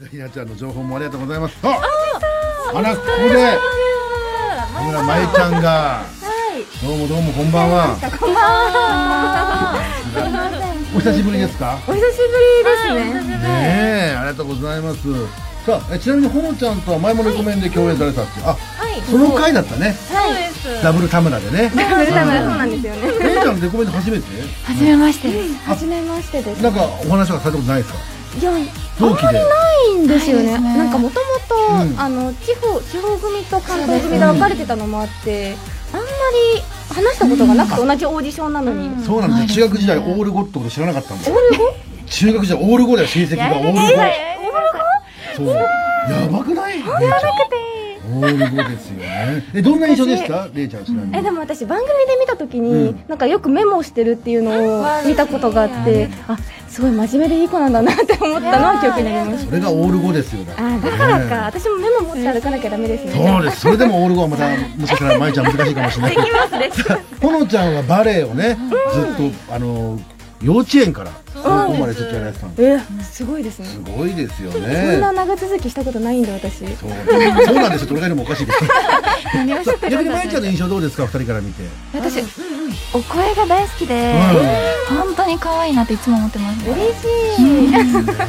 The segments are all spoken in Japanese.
ひなちゃんの情報もありがとうございます。あら、ここで田村まゆちゃんが、どうもどうもこんばんは。 こんばんは。 お久しぶりですか？ お久しぶりですね。 ねえ、ありがとうございます。さあ、ちなみにほのちゃんとは前もレコメンで共演されたっていう、その回だったね。 そうです。 ダブル田村でね。 ダブル田村、そうなんですよね。 れいちゃんレコメンド初めて？ 初めましてです。初めましてです。 なんかお話はされたことないですか？ いや、あんまりないんですよね。なんかもともと地方組と関東組で分かれてたのもあって、あんまり話したことがなくて、同じオーディションなのに。 そうなんですよ。中学時代オール5ってこと知らなかったんですよ。 オール 5？ 中学時代オール5だよ、親戚がオール5。そう、やばくない？ やばくて。 オール5ですよね。どんな印象でした？れいちゃんちなみに。 でも私番組で見たときに、なんかよくメモをしてるっていうのを見たことがあって、あ、すごい真面目でいい子なんだなって思ったのは記憶になります。 それがオール5ですよね。 だからか、私もメモ持って歩かなきゃダメですね。 そうです。それでもオール5はまたもしかしたらまいちゃん難しいかもしれない。 できますね。 ほのちゃんはバレエをね、ずっと幼稚園から高校までずっとやられてたんです。すごいですね。 すごいですよね。 そんな長続きしたことないんで私。 そうなんですよ。どれぐらいでもおかしいです。逆にまいちゃんの印象どうですか、二人から見て。 私お声が大好きで、本当に可愛いなっていつも思ってます。 嬉しい。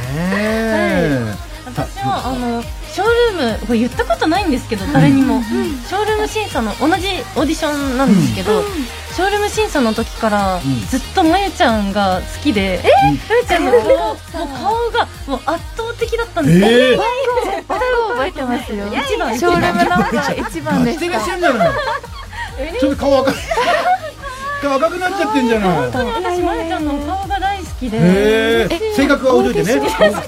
私はショールーム、これ言ったことないんですけど、誰にもショールーム審査の同じオーディションなんですけど、ショールーム審査の時からずっとまゆちゃんが好きで、まゆちゃんの顔がもう圧倒的だったんですよ。 絶対覚えてますよ。ショールームナンバー1番でした。 ちょっと顔赤くなっちゃってんじゃない。 本当に私まゆちゃんの顔が大好きで。 性格は置いといてね。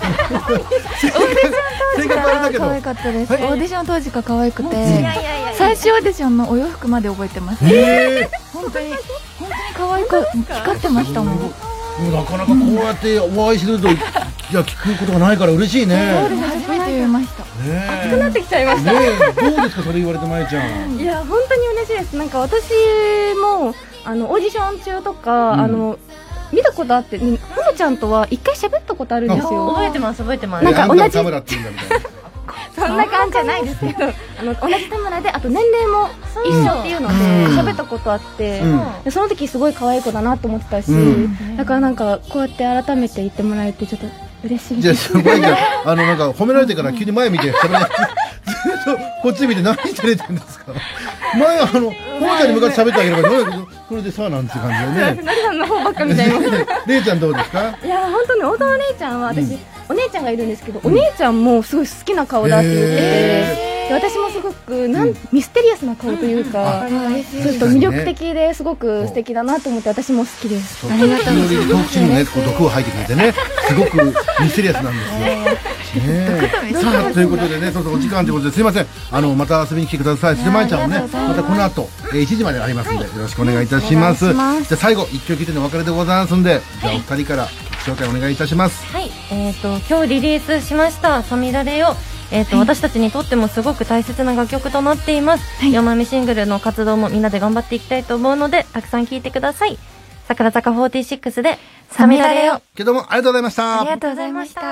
性格はあれだけど可愛かったです。オーディション当時から可愛くて、最終オーディションのお洋服まで覚えてます。本当に可愛く光ってましたもん。 なかなかこうやってお会いすると聞くことがないから嬉しいね。 そうです。初めて言いました。 熱くなってきちゃいました。 どうですか、それ言われてまいちゃん。 いや、本当に嬉しいです。なんか私もオーディション中とか見たことあって、ほのちゃんとは一回喋ったことあるんですよ。 覚えてます。 なんか同じ田村って言うんだみたいな。 そんな感じじゃないですけど、同じ田村で、あと年齢も一緒っていうので喋ったことあって、その時すごい可愛い子だなと思ってたし、だからなんかこうやって改めて言ってもらえてちょっと嬉しいです。 じゃあなんか褒められてから急に前見て喋らない。ずっとこっち見て何してれてるんですか。前ほのちゃんに向かって喋ってあげればこれでさなんて感じでね。 なりさんの方ばっかみたいな。 れいちゃんどうですか。 いや、本当に大友れいちゃんは私お姉ちゃんがいるんですけど、お姉ちゃんもすごい好きな顔だって言ってて、私もすごくミステリアスな顔というか、ちょっと魅力的ですごく素敵だなと思って私も好きです。 ありがとうございます。 トーク中にもね、毒を吐いてくれてね、すごくミステリアスなんですよ。さあ、ということでね、そうそうお時間ということですいません。また遊びに来てください。そしてまいちゃんもね、またこの後1時までありますんでよろしくお願いいたします。じゃあ最後一曲聴いてのお別れでございますんで、じゃあお二人から曲紹介お願いいたします。 はい、今日リリースしました「さみだれよ」。私たちにとってもすごく大切な楽曲となっています。4枚目シングルの活動もみんなで頑張っていきたいと思うので、たくさん聴いてください。桜坂46で「さみだれよ」。 どうもありがとうございました。 ありがとうございました。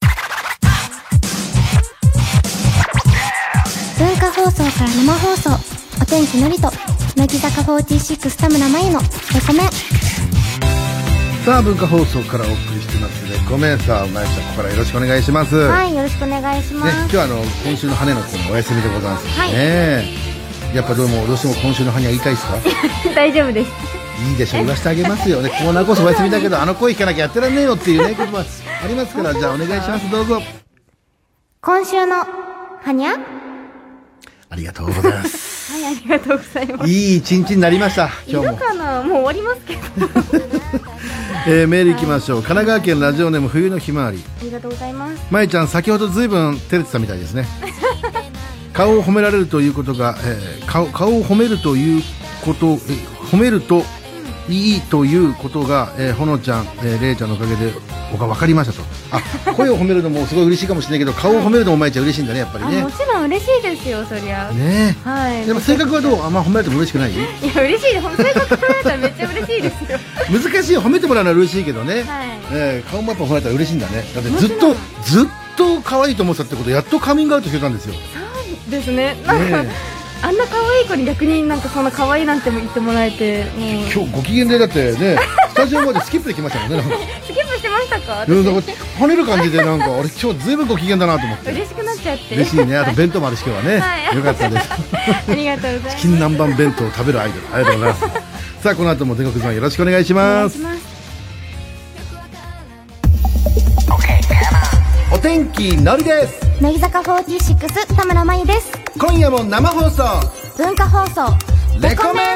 文化放送から生放送、お天気のりと乃木坂46田村真由のレコメン。 さあ、文化放送からお送りしてますね。ごめんさあ、まゆちゃん、ここからよろしくお願いします。 はい、よろしくお願いします。 今日は今週の羽のコーナーお休みでございますね。やっぱどうしても今週の羽は言いたいですか。 大丈夫です。 いいでしょう、言わせてあげますよね。コーナーこそお休みだけど、声聞かなきゃやってらんねえよっていうね、こともありますから、じゃあお願いします。どうぞ。 今週のはにゃ。 ありがとうございます。 はい、ありがとうございます。 いい一日になりました。今日も。 いるかな、もう終わりますけど。 メールいきましょう。神奈川県ラジオネーム冬のひまわり。 ありがとうございます。 まいちゃん、先ほどずいぶん照れてたみたいですね。顔を褒められるということが、顔を褒めるということ、褒めるといいということが、ほのちゃん、れいちゃんのおかげで僕は分かりましたと。声を褒めるのもすごい嬉しいかもしれないけど、顔を褒めるのもまいちゃん嬉しいんだね、やっぱりね。 もちろん嬉しいですよ、そりゃ。 ねえ。はい。 でも性格はどう？あんま褒められても嬉しくない？いや、嬉しいです。性格褒められたらめっちゃ嬉しいですよ。 難しい、褒めてもらうのは嬉しいけどね。 はい。 顔もやっぱ褒められたら嬉しいんだね。だってずっとと可愛いと思ってたってことやっとカミングアウトしてたんですよ。 ですね。なんか、あんな可愛い子に逆になんかそんな可愛いなんても言ってもらえて、もう今日ご機嫌でだってねスタジオまでスキップで来ましたもんね。なんかスキップしてましたか？ なんか跳ねる感じでなんか俺今日ずいぶんご機嫌だなと思って嬉しくなっちゃって。 嬉しいね。あと弁当もあるし今日はね、 はいよかったです。 ありがとうございます。 チキン南蛮弁当を食べるアイドルありがとうございます。さあこの後も全国さんよろしくお願いします。お天気のりです。 乃木坂46田村真由です。 今夜も生放送文化放送レコメン。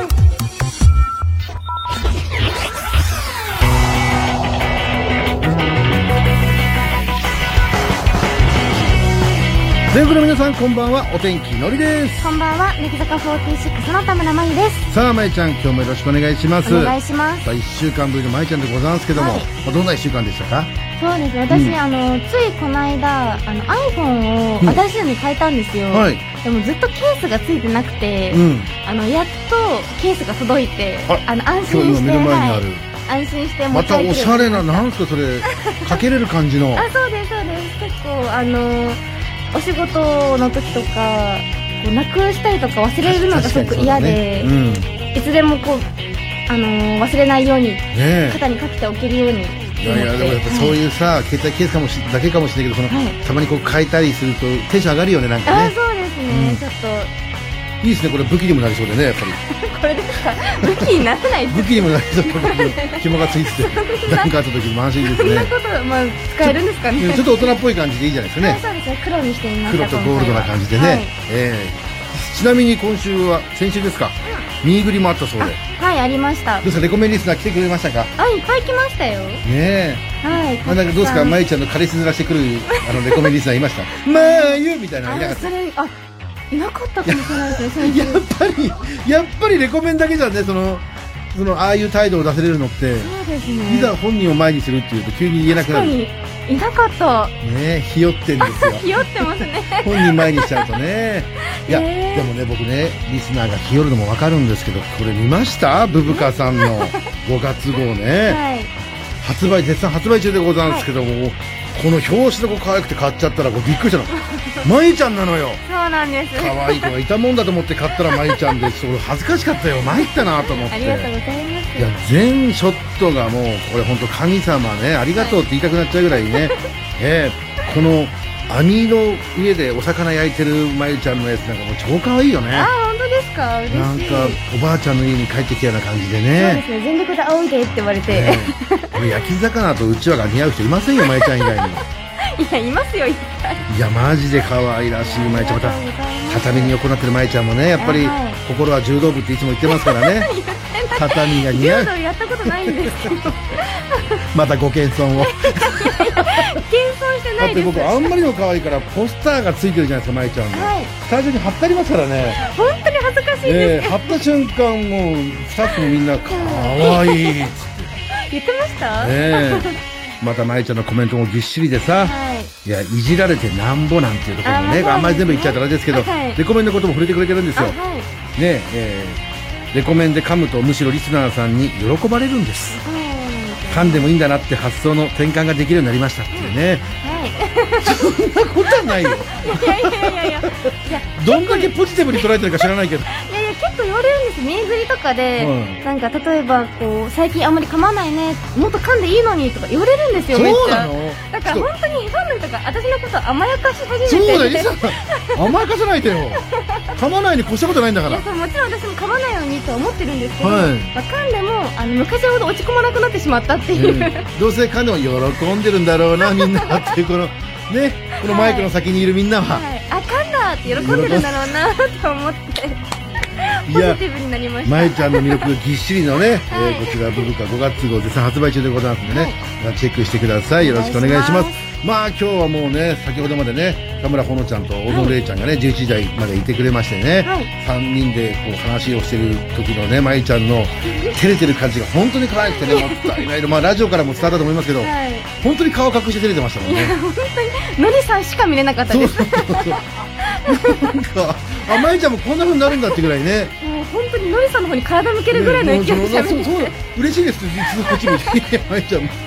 全国の皆さんこんばんは。お天気のりです。 こんばんは。乃木坂46の田村真由です。 さあまゆちゃん今日もよろしくお願いします。 お願いします。 さあ1週間ぶりのまゆちゃんでございますけども、 はいどんな1週間でしたか？ そうですね。私、ついこの間iPhone を新しいのに変えたんですよ。 はい。 でもずっとケースがついてなくて、やっとケースが届いて、安今日今心して目の前にある、 安心して持またち歩ける。 おしゃれな、なんすかそれかけれる感じのそうですそうです。結構お仕事の時とかこうなくしたりとか忘れるのがすごく嫌で、いつでもこう忘れないように肩にかけておけるように。 いやいやでもやっぱそういうさ、携帯ケースだけかもしれないけどたまにこう変えたりするとテンション上がるよね。なんかね。 そうですね、ちょっといいですね。これ武器にもなりそうでね、やっぱりこれですか？武器にならないです。 武器にもなりそう。紐がついてて何かあった時も安心ですそんなね。 こと、使えるんですかね。 ちょっと大人っぽい感じでいいじゃないですかね。 そうですね、黒にしてみました。 黒とゴールドな感じでね、ちなみに今週は先週ですか、ミーグリもあったそうで。 はい、ありました。 どうですか、レコメンリスナー来てくれましたか？ いっぱい来ましたよ。 ねえ。 はい。 なんかどうですか、まゆちゃんの彼氏面してくるレコメンリスナーいました？まゆみたいなのいなかった？ それいなかったかもしれないですね。 やっぱりレコメンだけじゃね、ああいう態度を出せれるのって、 そうですね。 いざ本人を前にするっていうと急に言えなくなる。 確かにいなかった。 ね、ひよってんですよ。 ひよってますね。 本人前にしちゃうとね。いや、でもね、僕ね、リスナーがひよるのもわかるんですけど、これ見ました？ブブカさんの5月号ね。 はい。 絶賛発売中でございますけども、この表紙で可愛くて買っちゃったらびっくりしたの。まゆちゃんなのよ。 そうなんです。 可愛い子がいたもんだと思って買ったらまゆちゃんで、それ恥ずかしかったよ。参ったなと思って。 ありがとうございます。 いや、全ショットがもうこれ本当神様ね、ありがとうって言いたくなっちゃうぐらいね。この網の上でお魚焼いてるまゆちゃんのやつなんかもう超可愛いよね。 本当ですか？嬉しい。 なんかおばあちゃんの家に帰ってきたような感じでね。 そうですね、全力で仰いでって言われて。 これ焼き魚とうちわが似合う人いませんよ、まゆちゃん以外に。 いや、いますよ、いっぱい。 いや、マジで可愛らしいまゆちゃん。また畳に横になってるまゆちゃんもね、やっぱり心は柔道部っていつも言ってますからね。畳が似合う。 柔道やったことないんですけど。 またご謙遜を。 謙遜してないです。 だって僕あんまりの可愛いからポスターがついてるじゃないですか、まゆちゃんの。スタジオに貼ってありますからね。 本当に恥ずかしいです。 貼った瞬間もうスタッフもみんな可愛いっつって言ってました？ またまゆちゃんのコメントもぎっしりでさ、いや、いじられてなんぼなんていうところもね、あんまり全部言っちゃったらあれですけど、レコメンのことも触れてくれてるんですよ。ね、レコメンで噛むとむしろリスナーさんに喜ばれるんです。噛んでもいいんだなって発想の転換ができるようになりましたっていうね。そんなことはないよ。 いやどんだけポジティブに捉えてるか知らないけど。 結構言われるんです。見えぐりとかで、なんか例えばこう最近あんまり噛まないね、もっと噛んでいいのにとか言われるんですよ。めっちゃ。だから本当にファンの人が私のことを甘やかし始めて。 そうだよ、リサ甘やかさないでよ。噛まないに越したことないんだから。 もちろん私も噛まないようにと思ってるんですけど、噛んでも昔ほど落ち込まなくなってしまったっていう。 どうせ噛んでも喜んでるんだろうなみんなっていうこのマイクの先にいるみんなは。 噛んだって喜んでるんだろうなと思って。ポジティブになりました。 まゆちゃんの魅力がぎっしりのね、こちらブブカ5月号絶賛発売中でございますのでね、チェックしてください。よろしくお願いします。まあ今日はもうね、先ほどまでね、田村ほのちゃんと小野玲ちゃんがね、11時台までいてくれましてね、3人でこう話をしてる時のね、まゆちゃんの照れてる感じが本当に可愛くてね、もったいない。まあラジオからも伝わったと思いますけど、本当に顔隠して照れてましたもんね。 本当にのりさんしか見れなかったです。 なんかまゆちゃんもこんな風になるんだってぐらいね。 もう本当にのりさんの方に体向けるぐらいの勢いで喋ってて、 嬉しいです。こっち見てまゆちゃんも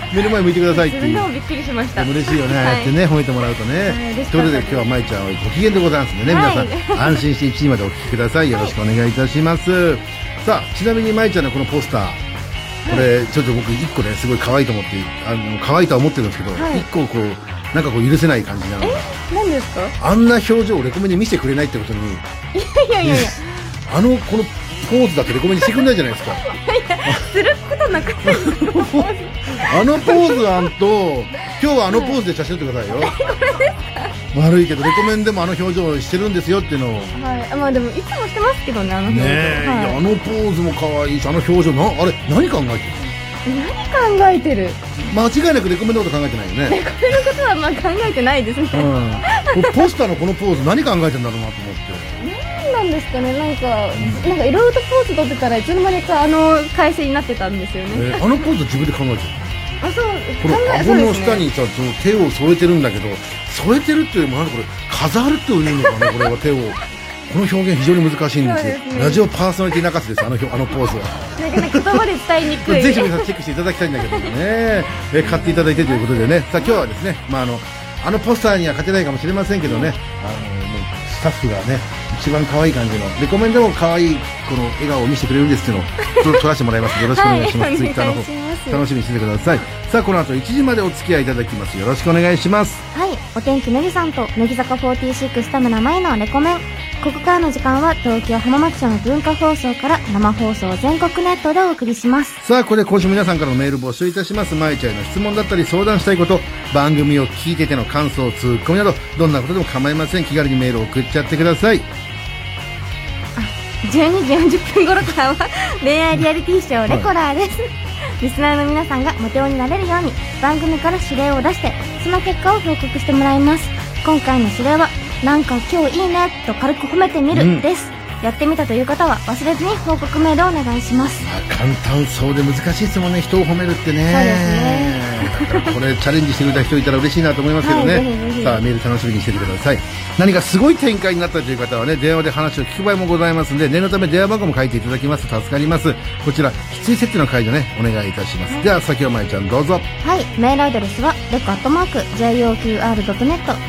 目の前向いてくださいっていう。 自分でもびっくりしました。 嬉しいよね、ああやってね、褒めてもらうとね。ということで今日はまいちゃんはご機嫌でございますんでね、皆さん安心して1時までお聞きください。よろしくお願いいたします。さあ、ちなみにまいちゃんのこのポスター、これちょっと僕1個ね、すごい可愛いと思って、可愛いとは思ってるんですけど、1個こうなんかこう許せない感じなのが、 何ですか？ あんな表情をレコメンで見せてくれないってことに、 いやこのポーズだってレコメンにしてくれないじゃないですか。 することなくてあのポーズと今日はあのポーズで写真撮ってくださいよ。悪いけどレコメンでもあの表情をしてるんですよっていうのを。 はい、まあでもいつもしてますけどね、あの表情。 ねえ、あのポーズも可愛いし、あの表情あれ何考えてる？ 何考えてる？ 間違いなくレコメンのこと考えてないよね。 レコメンのことはまあ考えてないですね。 ポスターのこのポーズ何考えてんだろうなと思って。 何なんですかね、なんかいろいろとポーズ撮ってたらいつの間にか改正になってたんですよね。 あのポーズ自分で考えてる。 あ、そう。 この顎の下にさ、その手を添えてるんだけど、添えてるっていうよりもなんかこれ飾るっていうのかな、これは手を。この表現非常に難しいんですよ。ラジオパーソナリティ泣かせです、あのポーズは。 なかなか言葉で伝えにくい。 ぜひ皆さんチェックしていただきたいんだけどね。買っていただいてということでね。さあ今日はですね、あのポスターには勝てないかもしれませんけどね、もうスタッフがね、一番可愛い感じのレコメンでも可愛いこの笑顔を見せてくれるんですっていうのを撮らせてもらいます。よろしくお願いします。ツイッターの方楽しみにしててください。さあこの後1時までお付き合いいただきます。よろしくお願いします。 はい、お天気のりさんと乃木坂46田村真由のレコメン。ここからの時間は東京浜松町の文化放送から生放送全国ネットでお送りします。 さあこれで今週皆さんからのメール募集いたします。まいちゃんへの質問だったり相談したいこと、番組を聞いてての感想、ツッコミなどどんなことでも構いません。気軽にメールを送っちゃってください。 12時40分頃からは恋愛リアリティショーレコラーです、リスナーの皆さんがモテ男になれるように番組から指令を出してその結果を報告してもらいます。今回の指令はなんか今日いいねと軽く褒めてみる、です。やってみたという方は忘れずに報告メールをお願いします。 簡単そうで難しいですもんね、人を褒めるってね。 そうですね。 だからこれチャレンジしてくれた人いたら嬉しいなと思いますけどね、 はい、ぜひぜひ。 さあメール楽しみにしててください。何かすごい展開になったという方はね、電話で話を聞く場合もございますので、念のため電話番号も書いていただきますと助かります。こちらきつい設定の解除ねお願いいたします、では先ほまいちゃんどうぞ。 はい、メールアドレスはleco@joqr.net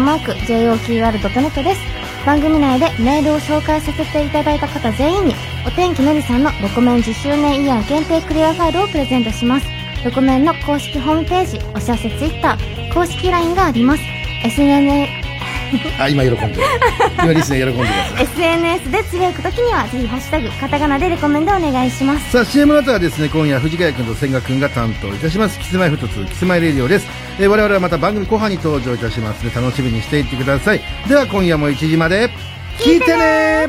leco@joqr.net です。番組内でメールを紹介させていただいた方全員にお天気のりさんのレコメン10周年イヤー限定クリアファイルをプレゼントします。レコメンの公式ホームページ、お知らせツイッター、公式 LINE があります。 今喜んでる今リスナー喜んでます。 SNS でつぶやくときにはぜひハッシュタグカタカナでレコメンでお願いします。 さあ CM の後はですね、今夜藤ヶ谷君と千賀君が担当いたしますキスマイフット2キスマイレディオです。我々はまた番組後半に登場いたしますので楽しみにしていってください。では今夜も1時まで聞いてね。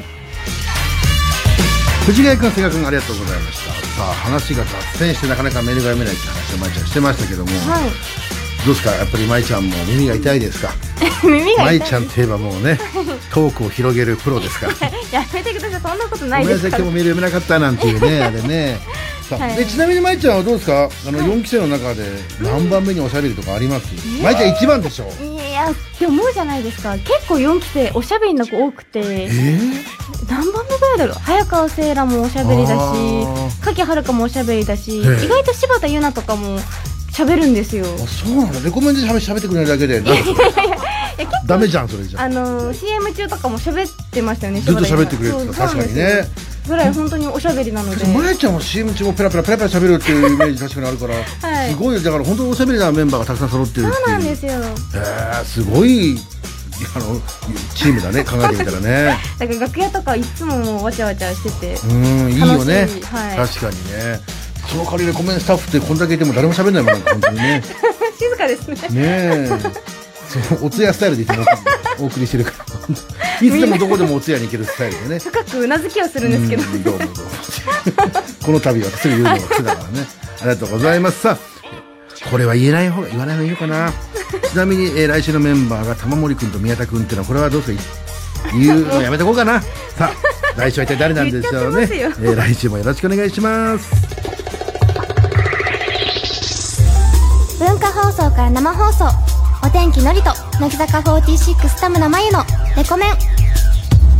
藤ヶ谷君千賀君ありがとうございました。さあ話が脱線してなかなかメールが読めないって話をまいちゃんしてましたけども、どうですか、やっぱりまいちゃんも耳が痛いですか？ 耳が痛い。 まいちゃんといえばもうねトークを広げるプロですからやめてください、そんなことないですから。 ごめんなさい、今日もメール読めなかったなんていうねあれね。さあ、でちなみにまいちゃんはどうですか、4期生の中で何番目におしゃべりとかあります？まいちゃん1番でしょ。 いやって思うじゃないですか。結構4期生おしゃべりの子多くて、何番目ぐらいだろう。早川せいらもおしゃべりだし、柿はるかもおしゃべりだし、意外と柴田優奈とかも喋るんですよ。 あ、そうなんだ。レコメンで喋ってくれるだけでダメじゃんそれじゃ。 CM 中とかも喋ってましたよね。 ずっと喋ってくれるって確かにね。 ぐらい本当におしゃべりなので。 まやちゃんは CM 中もペラペラ喋るっていうイメージ確かにあるから、すごい。だから本当におしゃべりなメンバーがたくさん揃ってるっていう。 そうなんですよ。 すごいチームだね、考えてみたらね。 だから楽屋とかいつもわちゃわちゃしてて、 いいよね。確かにね。その代わりレコメンスタッフってこんだけいても誰も喋んないもんね、本当にね。 静かですね。 ねえ。お通夜スタイルでいつもお送りしてるからいつでもどこでもお通夜に行けるスタイルでね。 深くうなずきをするんですけど、 どうもこの度はすぐ言うのが癖だからね。ありがとうございます。さあこれは言わない方がいいのかな。ちなみに、来週のメンバーが玉森君と宮田君っていうのはこれはどうする言うのやめとこうかな。さあ来週は一体誰なんでしょうね。来週もよろしくお願いします。 文化放送から生放送、お天気のりと乃木坂46田村真由のレコメン。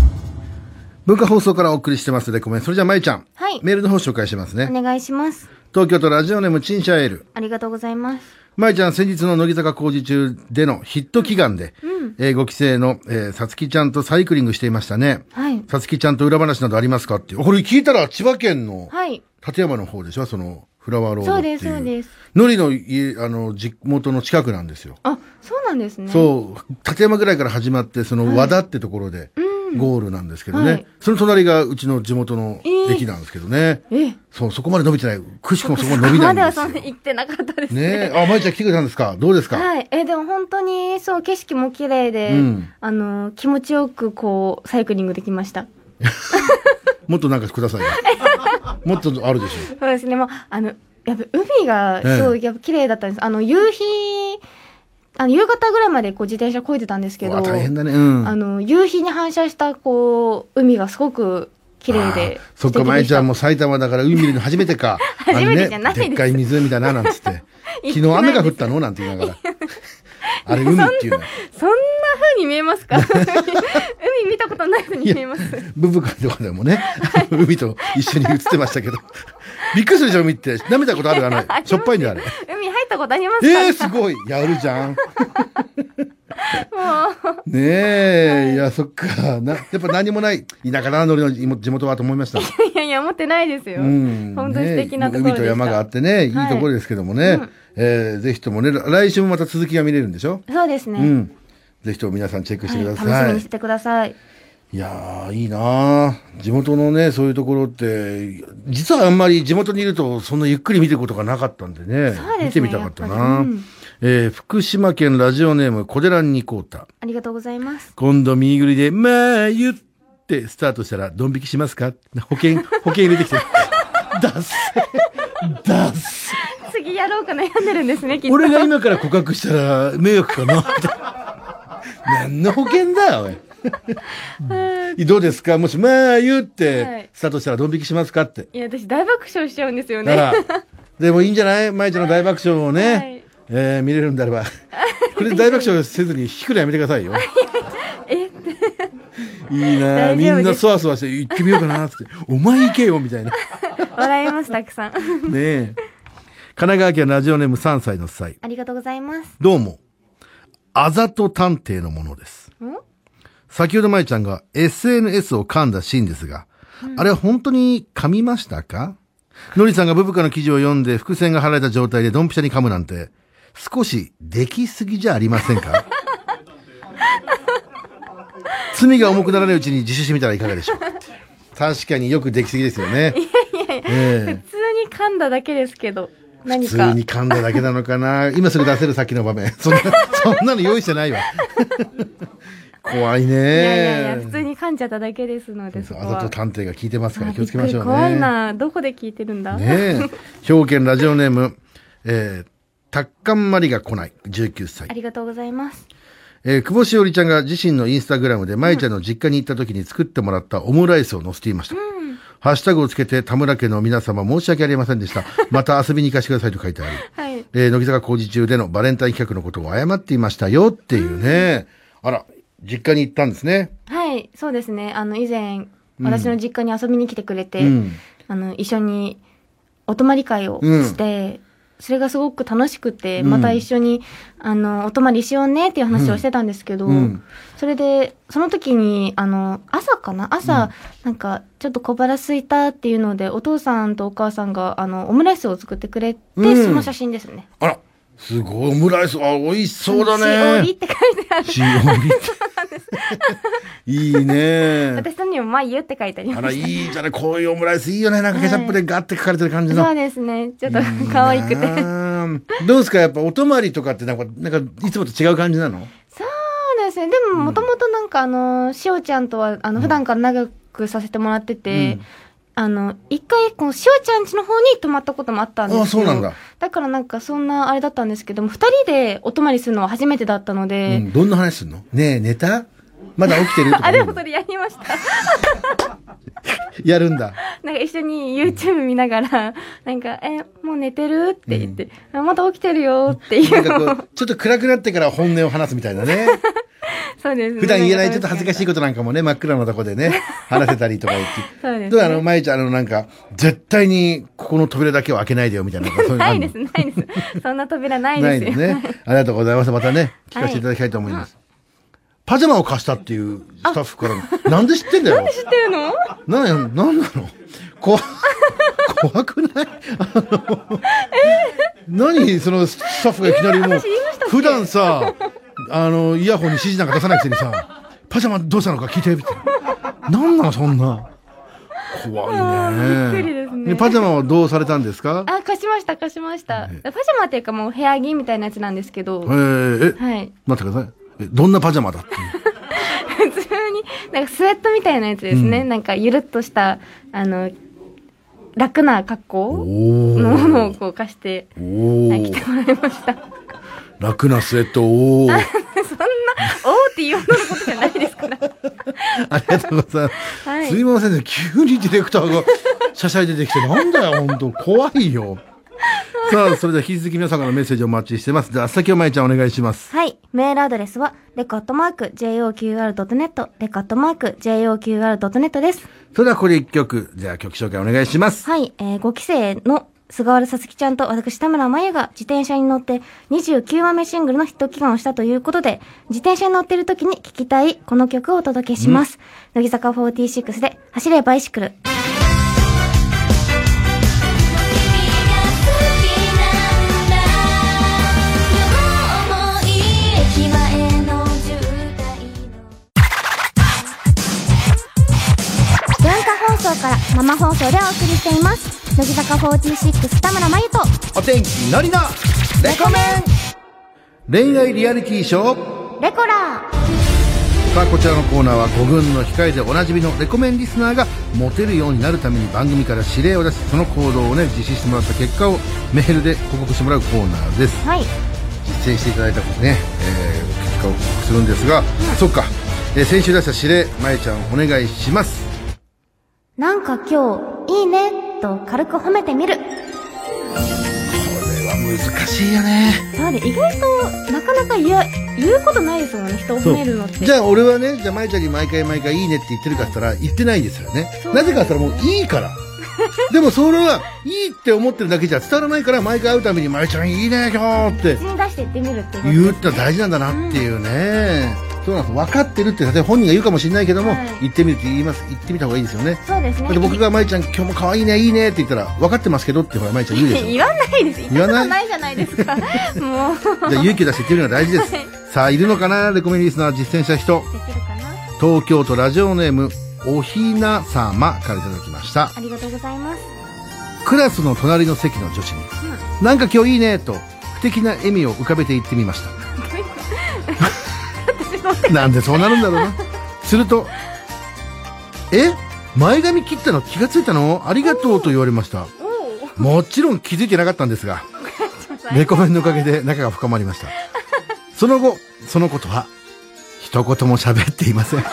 文化放送からお送りしてますレコメン。それじゃあまゆちゃん、 はい、 メールの方紹介しますね。 お願いします。 東京都ラジオネームチンシャエール。 ありがとうございます。 まいちゃん、先日の乃木坂工事中でのヒット祈願で、5期生の、さつきちゃんとサイクリングしていましたね。 はい。 さつきちゃんと裏話などありますかって。これ聞いたら千葉県のはい。 立山の方でしょ、そのフラワーロードっていう。 そうです。 のりの家、地元の近くなんですよ。 あ、そうなんですね。 そう、立山ぐらいから始まって、その和田ってところで、ゴールなんですけどね。はい、その隣がうちの地元の駅なんですけどね。そう、そこまで伸びてない。くしくもそこまで伸びないんですよ。 そこまでは行ってなかったですね。 ねえ。あ、まいちゃん来てくれたんですか？どうですか？ はい。でも本当に、そう、景色も綺麗で、気持ちよくこう、サイクリングできました。 もっとなんかくださいよ。もっとあるでしょ。 そうですね。もう、やっぱ海が、すごい、やっぱ綺麗だったんです。夕方ぐらいまでこう自転車漕いでたんですけど、 大変だね。 夕日に反射したこう、海がすごく綺麗で。 そっか、まいちゃんも埼玉だから海見るの初めてか。 初めてじゃないです。 でっかい湖だな、なんつって。昨日雨が降ったのなんて言いながら。あれ海っていうの。 そんな風に見えますか？海見たことない風に見えます。 ブブカとかでもね、海と一緒に映ってましたけど。びっくりするでしょ、海って。舐めたことあるしょっぱいんだよ、あれ。 海入ったことありますか？ すごい。やるじゃん。もう。ねえ、いや、そっか。やっぱ何もない。田舎なのりの地元はと思いました。 いや、思ってないですよ。本当に素敵なところでした。 海と山があってね、いいところですけどもね。ぜひともね、来週もまた続きが見れるんでしょ？ そうですね。 ぜひとも皆さんチェックしてください。 楽しみにしてください。 いやー、いいなー。地元のね、そういうところって、実はあんまり地元にいると、そんなゆっくり見てることがなかったんでね。見てみたかったな。福島県ラジオネーム、小寺にこうた。 ありがとうございます。 今度、右繰りで、まあ、言ってスタートしたら、ドン引きしますか？保険入れてきて。ダッセ。 次やろうか悩んでるんですね、きっと。 俺が今から告白したら、迷惑かな何の保険だよ、おい。どうですか？もし、まあ言って、スタートしたらドン引きしますかって。 いや、私大爆笑しちゃうんですよね。 でもいいんじゃない？まいちゃんの大爆笑をね、見れるんであれば。これで大爆笑せずに引くのやめてくださいよ。いいな、みんなそわそわして行ってみようかなって。お前行けよみたいな。 笑います、たくさん。 ねえ。神奈川県ラジオネーム3歳の際。 ありがとうございます。 どうも。あざと探偵のものです。先ほどまいちゃんが SNS を噛んだシーンですが、あれは本当に噛みましたか？のりさんがブブカの記事を読んで伏線が貼られた状態でドンピシャに噛むなんて、少しできすぎじゃありませんか？罪が重くならないうちに自首してみたらいかがでしょうか？確かによくできすぎですよね。 普通に噛んだだけですけど。何か普通に噛んだだけなのかな。今すぐ出せるさっきの場面。そんなの用意してないわ。怖いね。 いや、普通に噛んじゃっただけですので、そこは。 あざと探偵が聞いてますから気をつけましょうね。 怖いな。どこで聞いてるんだ？ ねえ。兵庫県ラジオネーム、タッカンマリが来ない、19歳。 ありがとうございます。 久保しおりちゃんが自身のインスタグラムで、まいちゃんの実家に行った時に作ってもらったオムライスを載せていました。ハッシュタグをつけて田村家の皆様申し訳ありませんでした。また遊びに行かせてくださいと書いてある。はい。乃木坂工事中でのバレンタイン企画のことを謝っていましたよっていうね。あら、実家に行ったんですね。 はい、そうですね。以前、私の実家に遊びに来てくれて、一緒にお泊まり会をして、それがすごく楽しくて、また一緒に、お泊まりしようねっていう話をしてたんですけど、それで、その時に、朝かな？なんか、ちょっと小腹空いたっていうので、お父さんとお母さんが、オムライスを作ってくれて、その写真ですね。 あら、すごい、オムライス、美味しそうだね。 しおりって書いてある。 しおり。いいね。 私のにもまゆって書いてありました。 あら、いいじゃない。こういうオムライスいいよね。なんかケチャップでガッて書かれてる感じの。 そうですね。ちょっと可愛くて。 どうですか？やっぱお泊まりとかってなんかいつもと違う感じなの？ そうですね。でも、もともとなんかしおちゃんとは、普段から長くさせてもらってて、一回、このしおちゃん家の方に泊まったこともあったんですよ。 あ、そうなんだ。 だからなんかそんなあれだったんですけども、二人でお泊まりするのは初めてだったので。 どんな話するの？ねえ、寝た？まだ起きてるとか。 でもそれやりました。 やるんだ。 なんか一緒に YouTube 見ながら、なんか、もう寝てるって言って、まだ起きてるよっていう。 なんかこう、ちょっと暗くなってから本音を話すみたいなね。 そうですね。 普段言えないちょっと恥ずかしいことなんかもね、真っ暗なとこでね、話せたりとか言って。 そうですどうまゆちゃん、なんか、絶対にここの扉だけは開けないでよ、みたいな。そういうのないです、ないです。そんな扉ないですよ。 ないですね。ありがとうございます。またね、聞かせていただきたいと思います。パジャマを貸したっていうスタッフから、なんで知ってんだよ。 なんで知ってるの？ なんなの怖くない何そのスタッフがいきなりもう、普段さ、イヤホンに指示なんか出さないくせにさ、パジャマどうしたのか聞いて、みたいな。なんなのそんな。怖いね。 びっくりですね。 パジャマはどうされたんですか？ 貸しました。パジャマっていうかもう部屋着みたいなやつなんですけど。はい。 待ってください。どんなパジャマだっていう。普通に、なんかスウェットみたいなやつですね。なんかゆるっとした、楽な格好のものをこう貸して、着てもらいました。 楽なスウェット、 そんな、っていうようなことじゃないですから。 ありがとうございます。はい、すいませんね、急にディレクターがしゃしゃい出てきて、なんだよ、本当怖いよ。さあ、それでは引き続き皆さんからのメッセージをお待ちしてます。では、先をまいちゃんお願いします。 はい。メールアドレスは、reco@joqr.net、reco@joqr.net です。 それでは、これ一曲。じゃあ、曲紹介お願いします。 はい。5期生の菅原さつきちゃんと私田村真由が自転車に乗って29枚目シングルのヒット祈願をしたということで、自転車に乗っている時に聴きたいこの曲をお届けします。乃木坂46で走れバイシクル。から生放送でお送りしています。乃木坂46田村真由とお天気のりのレコメン恋愛リアリティショーレコラー。さあ、こちらのコーナーは5軍の控えでおなじみのレコメンリスナーがモテるようになるために番組から指令を出し、その行動をね実施してもらった結果をメールで報告してもらうコーナーです。 はい。 実践していただいたね、結果を報告するんですが、そっか、先週出した指令、まゆちゃんお願いします。 なんか今日いいねと軽く褒めてみる。これは難しいよね。 そうで、意外となかなか言うことないですもんね、人を褒めるのって。 じゃあ俺はね、じゃあまゆちゃんに毎回いいねって言ってるかって言ったら言ってないですよね。なぜかって言ったらもういいからでもそれはいいって思ってるだけじゃ伝わらないから、毎回会うたびにまゆちゃんいいね今日って口に出して言ってみるって言うってのは大事なんだなっていうね、そうなんです。分かってるって例えば本人が言うかもしれないけども、言ってみるって言ってみた方がいいですよね。 そうですね。 だって僕がまゆちゃん今日も可愛いねいいねって言ったら分かってますけどってほらまゆちゃん言うでしょ。 言わないです。言わないじゃないですか。もうじゃあ勇気出して言ってみるのが大事です。さあ、いるのかな、レコメンリスナー実践した人。 できるかな。 東京都ラジオネームおひなさまからいただきました。 ありがとうございます。 クラスの隣の席の女子に、なんか今日いいねと不敵な笑みを浮かべて言ってみましたなんでそうなるんだろうな。すると、前髪切ったの気がついたの？ありがとうと言われました。もちろん気づいてなかったんですが、レコメンのおかげで仲が深まりました。その後、そのことは一言も喋っていません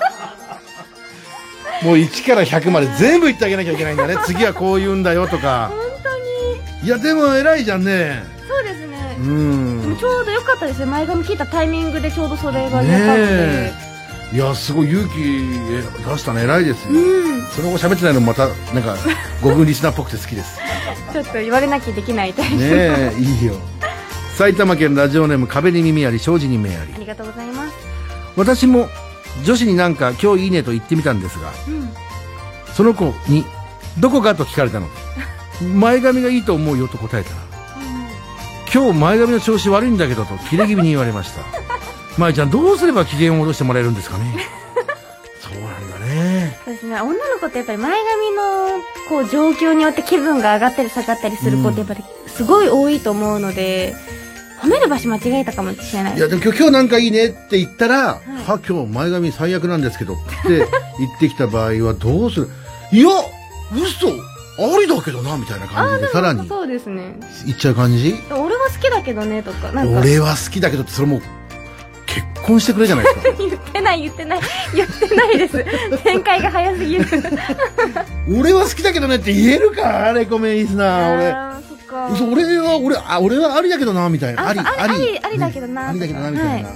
もう1から100まで全部言ってあげなきゃいけないんだね。次はこう言うんだよとか。 本当に。 いやでも偉いじゃんね。 そうですね。ちょうど良かったですね。前髪切ったタイミングでちょうどそれが言えたので。 いやすごい勇気出したね。偉いですよ。その後喋ってないのもまたなんか5軍リスナーっぽくて好きです。 ちょっと言われなきゃできないタイプ。 ねえ、いいよ。埼玉県ラジオネーム壁に耳あり障子に目あり。 ありがとうございます。 私も女子になんか今日いいねと言ってみたんですが、その子にどこかと聞かれたので前髪がいいと思うよと答えたら、今日前髪の調子悪いんだけどとキレ気味に言われましたまゆちゃんどうすれば機嫌を戻してもらえるんですかねそうなんだね。 そうですね。女の子ってやっぱり前髪のこう状況によって気分が上がったり下がったりする子ってやっぱりすごい多いと思うので、褒める場所間違えたかもしれない。 いやでも今日なんかいいねって言ったら、今日前髪最悪なんですけどって言ってきた場合はどうする？いや嘘ありだけどなみたいな感じでさらにそうですね言っちゃう感じ。 俺は好きだけどねとか、なんか俺は好きだけどってそれもう結婚してくれじゃないですか言ってないです展開が早すぎる俺は好きだけどねって言えるかレコメンリスナー。俺はありだけどなみたいな。ありだけどなみたいな、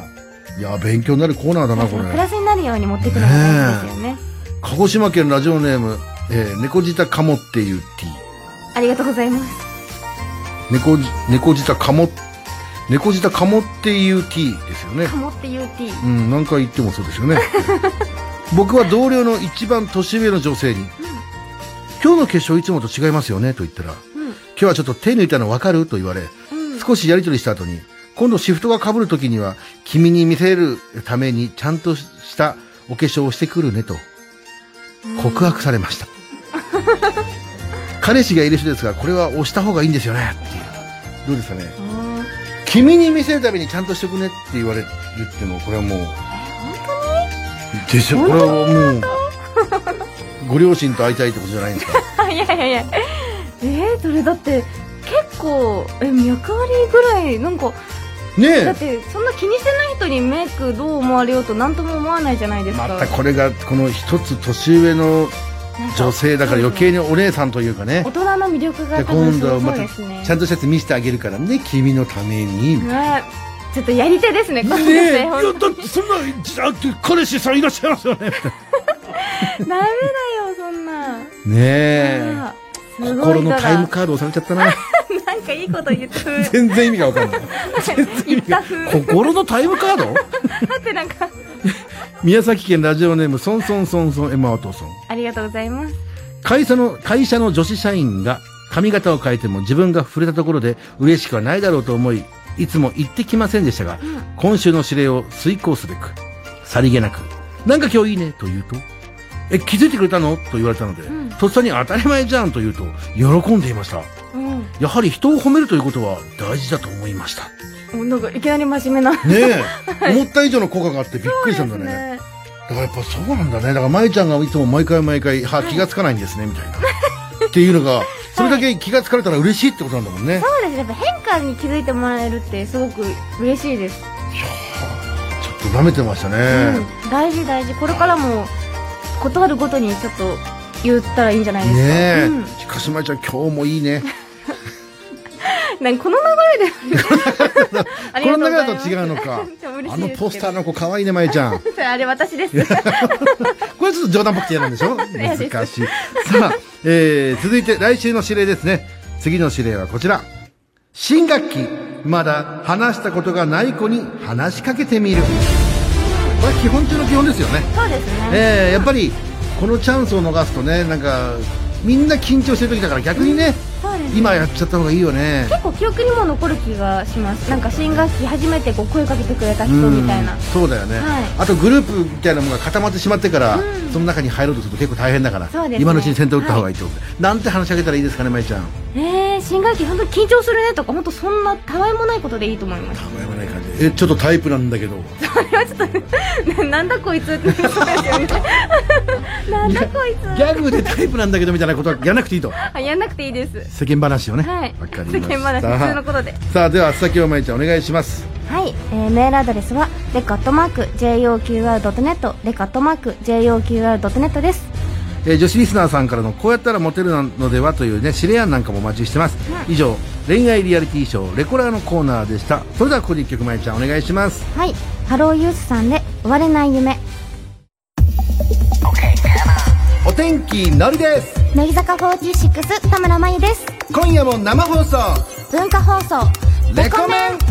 いや勉強になるコーナーだなこれ。 プラスになるように持っていくのが大事ですよね。 鹿児島県ラジオネーム、猫舌かもっていう T。 ありがとうございます。 猫舌かもっていう T ですよね。 かもっていう T。 うん、何回言ってもそうですよね。僕は同僚の一番年上の女性に、今日の決勝いつもと違いますよねと言ったら、今日はちょっと手抜いたの分かると言われ、少しやりとりした後に、今度シフトが被る時には君に見せるためにちゃんとしたお化粧をしてくるねと告白されました。彼氏がいる人ですがこれは押した方がいいんですよねっていう。どうですかね。君に見せるためにちゃんとしてくねって言われるってもこれはもう本当にでしょ。これはもうご両親と会いたいってことじゃないんですか。 いやそれだって結構脈ありぐらいなんかねだってそんな気にしてない人にメイクどう思われようと何とも思わないじゃないですか。 またこれがこの一つ年上の女性だから余計にお姉さんというかね。 大人の魅力が多分今度はまたそうですね。 ちゃんとしたやつ見せてあげるからね君のために。 ちょっとやり手ですねこの女性。 いやだってそんな彼氏さんいらっしゃいますよね。 ダメだよそんな。 ねえ。心のタイムカード押されちゃったな。 なんかいいこと言った風。 全然意味がわかんない。 言った風。 心のタイムカード？ だってなんか宮崎県ラジオネームソンソンソンソンエマワトソン。 ありがとうございます。 会社の女子社員が髪型を変えても自分が触れたところで嬉しくはないだろうと思いいつも言ってきませんでしたが、今週の指令を遂行すべくさりげなくなんか今日いいねと言うと気づいてくれたのと言われたので、とっさに当たり前じゃんと言うと喜んでいました。やはり人を褒めるということは大事だと思いました。 なんかいきなり真面目な。 ねえ、思った以上の効果があってびっくりしたんだね。だからやっぱそうなんだね。だから舞ちゃんがいつも毎回気がつかないんですねみたいなっていうのがそれだけ気がつかれたら嬉しいってことなんだもんね。 そうです。やっぱ変化に気づいてもらえるってすごく嬉しいです。いやちょっと舐めてましたね。 大事これからも断るごとにちょっと言ったらいいんじゃないですか。 ねえ、しかし舞ちゃん今日もいいね。 なんかこの流れでこの流れだと違うのか。あのポスターの子可愛いね舞ちゃん。 あれ私です。 これちょっと冗談っぽくて嫌なんでしょ。難しい。さあ、続いて来週の指令ですね。次の指令はこちら。新学期まだ話したことがない子に話しかけてみる。これ基本中の基本ですよね。 そうですね。 やっぱりこのチャンスを逃すとね、なんかみんな緊張してる時だから逆にね、今やっちゃった方がいいよね。 結構記憶にも残る気がします。なんか新学期初めてこう声かけてくれた人みたいな。 そうだよね、あとグループみたいなものが固まってしまってから、その中に入ろうとすると結構大変だから、今のうちに先手を打った方がいいと思う、なんて話しかけたらいいですかね舞ちゃん。 新学期本当に緊張するねとか本当そんなたわいもないことでいいと思います。 たわいもない感じでちょっとタイプなんだけどそれはちょっとなんだこいつってそうですよね。なんだこいつギャグでタイプなんだけどみたいなことはやらなくていいと。 やんなくていいです。 世間話をね。 はい。 わかりました。 世間話普通のことで。 さあでは先ほまいちゃんお願いします。 はい、メールアドレスはleca@joqr.net leca@joqr.net です。 女子リスナーさんからのこうやったらモテるのではというね指令案なんかもお待ちしてます、以上恋愛リアリティショーレコラーのコーナーでした。それではここで一曲まいちゃんお願いします。 はい、ハローユースさんで終われない夢。 お天気のりです。 乃木坂46田村真由です。 今夜も生放送文化放送レコメン。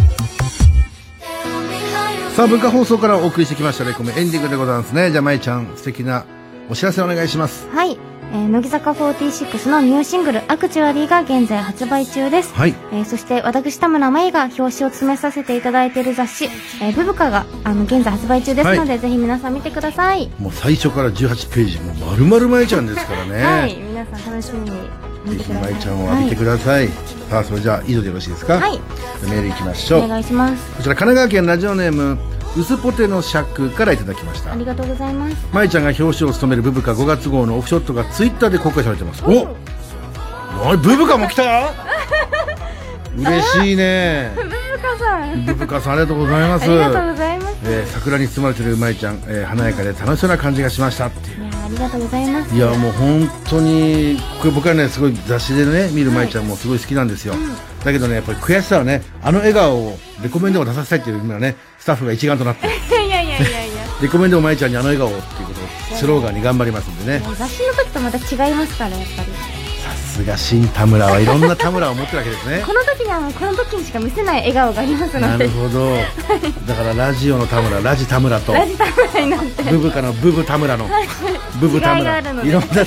さあ文化放送からお送りしてきましたレコメンエンディングでございますね。じゃあまいちゃん素敵なお知らせお願いします。 はい、乃木坂46のニューシングルアクチュアリーが現在発売中です。 はい、 そして私田村真由が表紙を務めさせていただいている雑誌、ブブカが現在発売中ですので、ぜひ皆さん見てください。 もう最初から18ページもう丸々まいちゃんですからね。 はい、皆さん楽しみに見てください。 ぜひまいちゃんを浴びてください。さあそれじゃあ以上でよろしいですか。 はい、 メールいきましょう。 お願いします。 こちら神奈川県ラジオネーム薄ポテのシャックからいただきました。 ありがとうございます。 まいちゃんが表紙を務めるブブカ5月号のオフショットがツイッターで公開されてます。お、ブブカも来た嬉しいね。 ブブカさん、 ブブカさんありがとうございます。 ありがとうございます。 桜に包まれてるまいちゃん、華やかで楽しそうな感じがしましたっていう。 ありがとうございます。 いやもう本当にこれ僕はねすごい雑誌でね見るまいちゃんもすごい好きなんですよ、 だけどね、やっぱり悔しさはね、あの笑顔をレコメンドを出させたいっていうのはね、スタッフが一丸となって、 いやいやいやいやレコメンドをまゆちゃんにあの笑顔をっていうことをスローガンに頑張りますんでね。 雑誌の時とまた違いますからやっぱり。 さすが新田村はいろんな田村を持ってるわけですね。 この時にはもうこの時にしか見せない笑顔がありますのなで。 るほど。だからラジオの田村、ラジ田村と、 ラジ田村になってブブカのブブ田村の、ブブ田村、 違いがあるのでいろんな田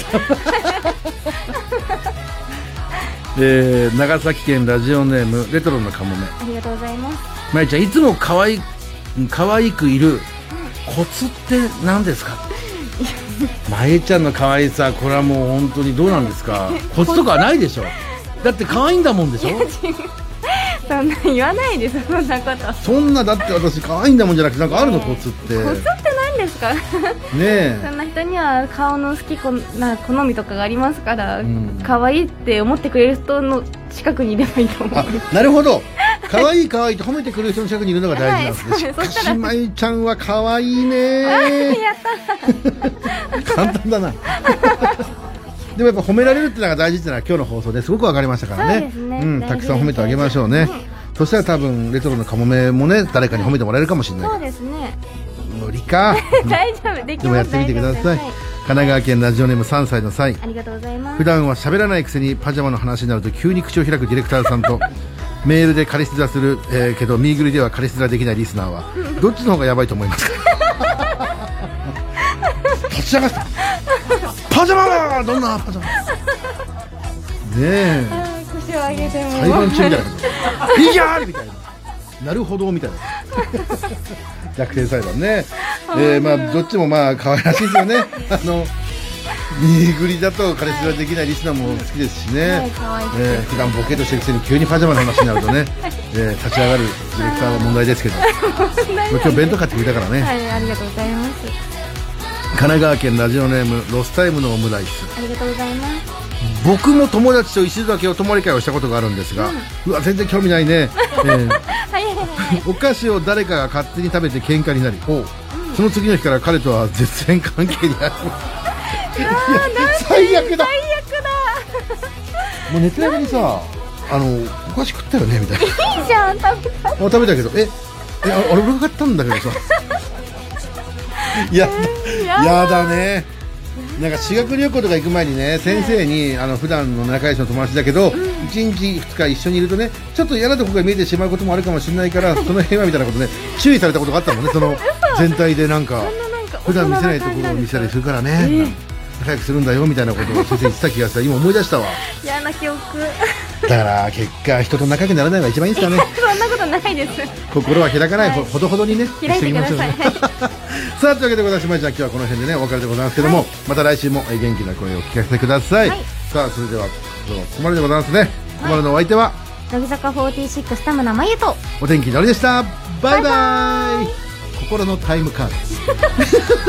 村。長崎県ラジオネームレトロのカモメ。 ありがとうございます。 まゆちゃん、いつも可愛くいるコツって何ですか？まゆちゃんの可愛さ、これはもう本当にどうなんですか？コツとかはないでしょ？だって可愛いんだもんでしょ？ そんな言わないです、そんなこと。 そんな、だって私可愛いんだもんじゃなくて、なんかあるのコツって。 コツって何ですか？ ねえ。 そんな人には顔の好みとかがありますから、 ん可愛いって思ってくれる人の近くにいればいいと思う。 あ、なるほど。可愛い可愛いって褒めてくれる人の近くにいるのが大事なんですね。 はいしかしそしたらまゆちゃんは可愛いね。 やった簡単だな。でもやっぱ褒められるってのが大事っていうのは今日の放送ですごく分かりましたからね。 そうですねうん、たくさん褒めてあげましょうね。 うんそしたら多分レトロのカモメもね、誰かに褒めてもらえるかもしれない。 そうですね。 無理か。 大丈夫、できます。 でもやってみてください。 大丈夫です神奈川県ラジオネーム3歳の際。 ありがとうございます。 普段は喋らないくせにパジャマの話になると急に口を開くディレクターさんとメールで仮出題する、けどミーグリでは仮出題できないリスナーはどっちの方がやばいと思いますか？立ち上がったパジャマだ、どんなパジャマねえ、 腰を上げても裁判中みたいなことフィギュアみたいな、なるほどみたいな逆転裁判ね。まあどっちもまあ可愛らしいですよね。ミーグリだと彼氏ができないリスナーも好きですしね、 はい可愛いです普段ボケとしてるくせに急にパジャマの話になるとね、立ち上がるディレクターは問題ですけど今日弁当買ってくれたからね、 はい、ありがとうございます。 神奈川県ラジオネームロスタイムのオムライス。 ありがとうございます。 僕も友達と一度だけお泊まり会をしたことがあるんですが、うわ全然興味ないね、お菓子を誰かが勝手に食べて喧嘩になり、その次の日から彼とは絶縁関係にあり最悪だ。もう寝てる間にさ、お菓子食ったよねみたいな。 いいじゃん、食べた。 食べたけど、俺が買ったんだけどさ。やだね。なんか修学旅行とか行く前にね、先生に普段の仲良しの友達だけど、1日2日一緒にいるとね、ちょっと嫌なところが見えてしまうこともあるかもしれないから、その辺はみたいなことね、注意されたことがあったもんね。その全体でなんか普段見せないところを見せたりするからね、仲良くするんだよみたいなことを先生に言ってた気がした。今思い出したわ。 嫌な記憶。 だから結果人と仲良くならないのが一番いいですかね。 そんなことないです。 心は開かない、ほどほどにね、 開いてください。 していきましょうね。さあというわけでございまして、今日はこの辺でねお別れでございますけども、また来週も元気な声をお聞かせください。さあそれでは今日はここまででございますね。ここまでのお相手は乃木坂46田村真由とお天気のりでした。バイバイ。心のタイムカード。